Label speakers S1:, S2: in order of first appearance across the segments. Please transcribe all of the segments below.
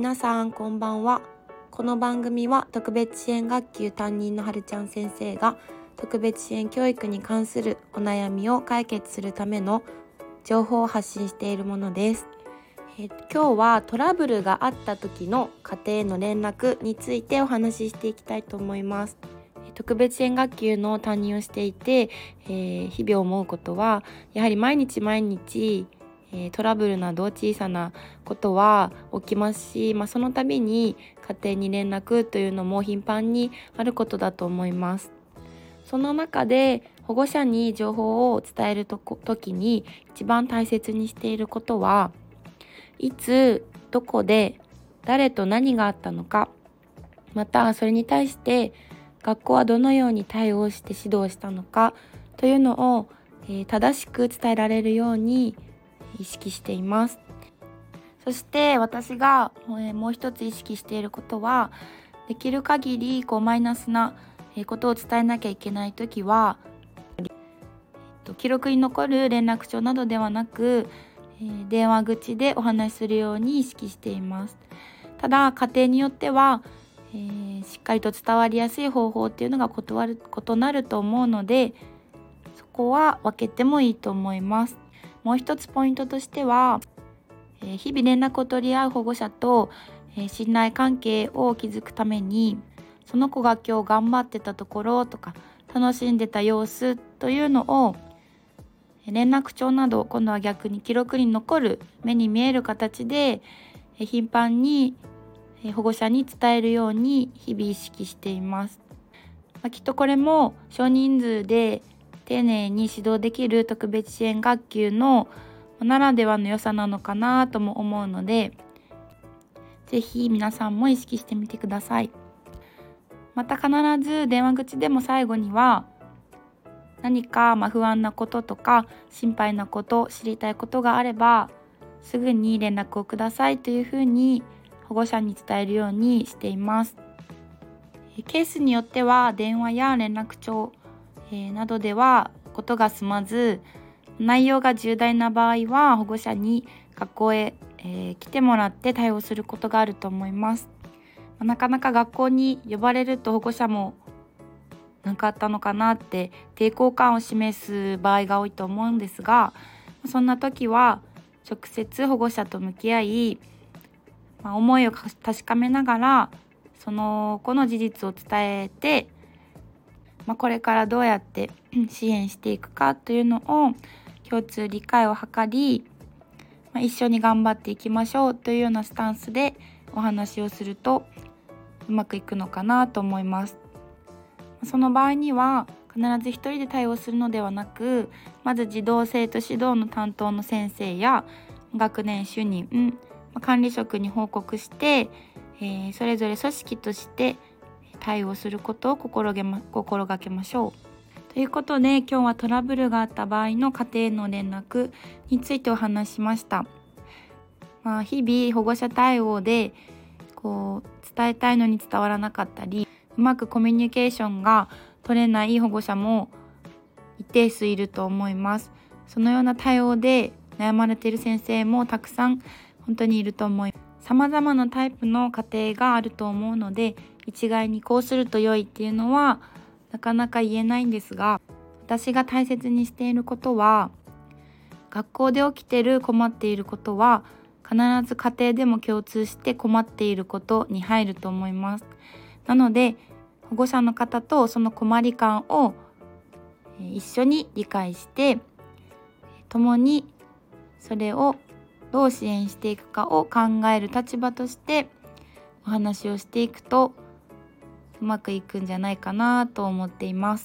S1: 皆さんこんばんは。この番組は特別支援学級担任のはるちゃん先生が特別支援教育に関するお悩みを解決するための情報を発信しているものです。今日はトラブルがあった時の家庭への連絡についてお話ししていきたいと思います。特別支援学級の担任をしていて、日々思うことはやはり毎日トラブルなど小さなことは起きますし、その度に家庭に連絡というのも頻繁にあることだと思います。その中で保護者に情報を伝える時に一番大切にしていることは、いつどこで誰と何があったのか、またそれに対して学校はどのように対応して指導したのかというのを、正しく伝えられるように意識しています。そして私がもう一つ意識していることは、できる限りマイナスなことを伝えなきゃいけないときは、記録に残る連絡帳などではなく、電話口でお話しするように意識しています。ただ家庭によっては、しっかりと伝わりやすい方法っていうのが異なると思うので、そこは分けてもいいと思います。もう一つポイントとしては、日々連絡を取り合う保護者と、信頼関係を築くために、その子が今日頑張ってたところとか楽しんでた様子というのを連絡帳など、今度は逆に記録に残る目に見える形で頻繁に保護者に伝えるように日々意識しています。きっとこれも少人数で丁寧に指導できる特別支援学級のならではの良さなのかなとも思うので、ぜひ皆さんも意識してみてください。また必ず電話口でも最後には、何か不安なこととか心配なこと、知りたいことがあればすぐに連絡をくださいというふうに保護者に伝えるようにしています。ケースによっては電話や連絡帳、などではことが済まず、内容が重大な場合は保護者に学校へ、来てもらって対応することがあると思います。なかなか学校に呼ばれると保護者も何かあったのかなって抵抗感を示す場合が多いと思うんですが、そんな時は直接保護者と向き合い、思いを確かめながらその子の事実を伝えて、これからどうやって支援していくかというのを共通理解を図り、一緒に頑張っていきましょうというようなスタンスでお話をするとうまくいくのかなと思います。その場合には必ず一人で対応するのではなく、まず児童生徒指導の担当の先生や学年主任、管理職に報告して、それぞれ組織として対応することを心がけましょう。ということで今日はトラブルがあった場合の家庭への連絡についてお話ししました。日々保護者対応で伝えたいのに伝わらなかったり、うまくコミュニケーションが取れない保護者も一定数いると思います。そのような対応で悩まれている先生もたくさん本当にいると思います。様々なタイプの家庭があると思うので、一概にこうすると良いっていうのはなかなか言えないんですが、私が大切にしていることは、学校で起きている困っていることは必ず家庭でも共通して困っていることに入ると思います。なので保護者の方とその困り感を一緒に理解して、共にそれをどう支援していくかを考える立場としてお話をしていくとうまくいくんじゃないかなと思っています。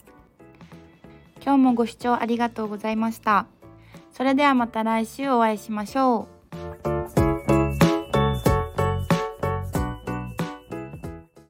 S1: 今日もご視聴ありがとうございました。それではまた来週お会いしましょう。